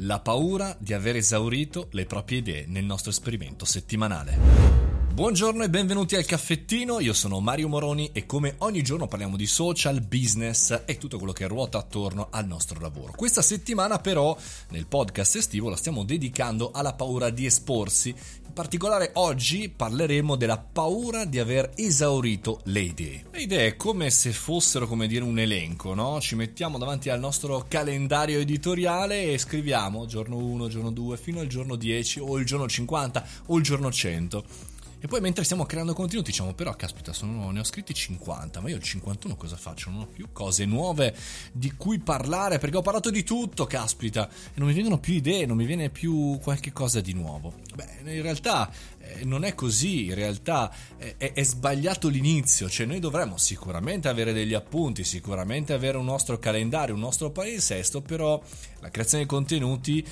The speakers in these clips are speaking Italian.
La paura di aver esaurito le proprie idee nel nostro esperimento settimanale. Buongiorno e benvenuti al caffettino, io sono Mario Moroni e come ogni giorno parliamo di social, business e tutto quello che ruota attorno al nostro lavoro. Questa settimana però nel podcast estivo la stiamo dedicando alla paura di esporsi. In particolare oggi parleremo della paura di aver esaurito le idee. Le idee come se fossero, come dire, un elenco, no? Ci mettiamo davanti al nostro calendario editoriale e scriviamo giorno 1, giorno 2, fino al giorno 10 o il giorno 50 o il giorno 100. E poi mentre stiamo creando contenuti diciamo però caspita ne ho scritti 50, ma io il 51 cosa faccio? Non ho più cose nuove di cui parlare perché ho parlato di tutto, caspita, e non mi vengono più idee, non mi viene più qualche cosa di nuovo. Beh, in realtà non è così, in realtà è sbagliato l'inizio, cioè noi dovremmo sicuramente avere degli appunti, sicuramente avere un nostro calendario, un nostro palinsesto, però la creazione di contenuti,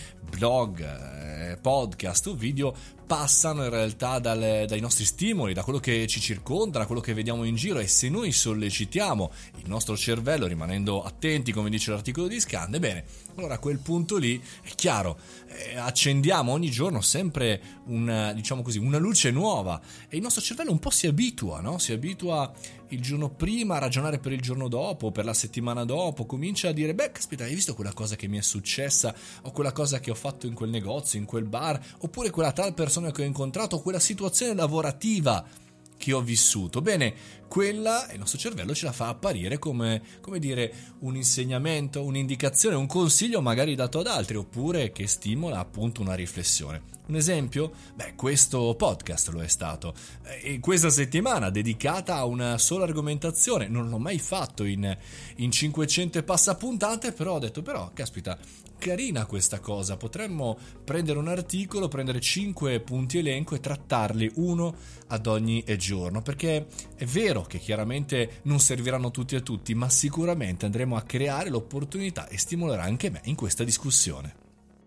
blog, podcast o video passano in realtà dai nostri stimoli, da quello che ci circonda, da quello che vediamo in giro, e se noi sollecitiamo il nostro cervello rimanendo attenti, come dice l'articolo di Scande, bene, allora a quel punto lì è chiaro, accendiamo ogni giorno sempre una luce nuova e il nostro cervello un po' si abitua, no? Si abitua il giorno prima a ragionare per il giorno dopo, per la settimana dopo, comincia a dire beh caspita, hai visto quella cosa che mi è successa o quella cosa che ho fatto in quel negozio, in quel bar, oppure quella tal persona che ho incontrato o quella situazione lavorativa che ho vissuto. Bene, quella il nostro cervello ce la fa apparire come dire un insegnamento, un'indicazione, un consiglio magari dato ad altri, oppure che stimola appunto una riflessione. Un esempio? Beh, questo podcast lo è stato. E questa settimana dedicata a una sola argomentazione, non l'ho mai fatto in 500 e passa puntate, però ho detto caspita, carina questa cosa, potremmo prendere un articolo, prendere 5 punti elenco e trattarli uno ad ogni giorno, perché è vero che chiaramente non serviranno tutti a tutti, ma sicuramente andremo a creare l'opportunità e stimolerà anche me in questa discussione.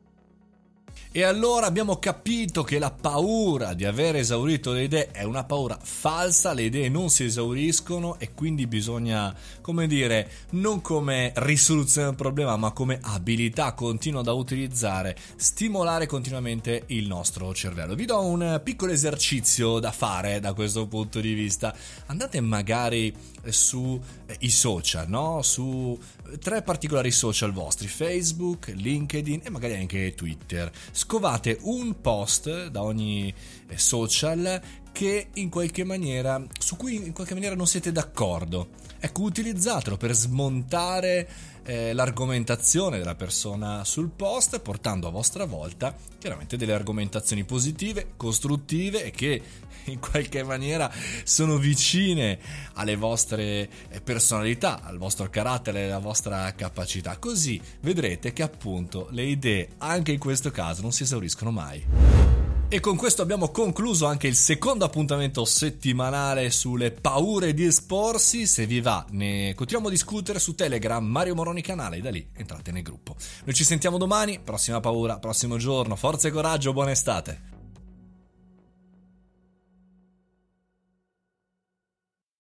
E allora abbiamo capito che la paura di aver esaurito le idee è una paura falsa, le idee non si esauriscono e quindi bisogna, non come risoluzione del problema, ma come abilità continua da utilizzare, stimolare continuamente il nostro cervello. Vi do un piccolo esercizio da fare da questo punto di vista. Andate magari su i social, no? Su 3 particolari social vostri, Facebook, LinkedIn e magari anche Twitter. Scovate un post da ogni social che su cui in qualche maniera non siete d'accordo. Ecco, utilizzatelo per smontare l'argomentazione della persona sul post, portando a vostra volta chiaramente delle argomentazioni positive, costruttive e che in qualche maniera sono vicine alle vostre personalità, al vostro carattere, alla vostra capacità. Così vedrete che appunto le idee anche in questo caso non si esauriscono mai. E con questo abbiamo concluso anche il secondo appuntamento settimanale sulle paure di esporsi. Se vi va, ne continuiamo a discutere su Telegram, Mario Moroni canale, e da lì entrate nel gruppo. Noi ci sentiamo domani, prossima paura, prossimo giorno, forza e coraggio, buona estate!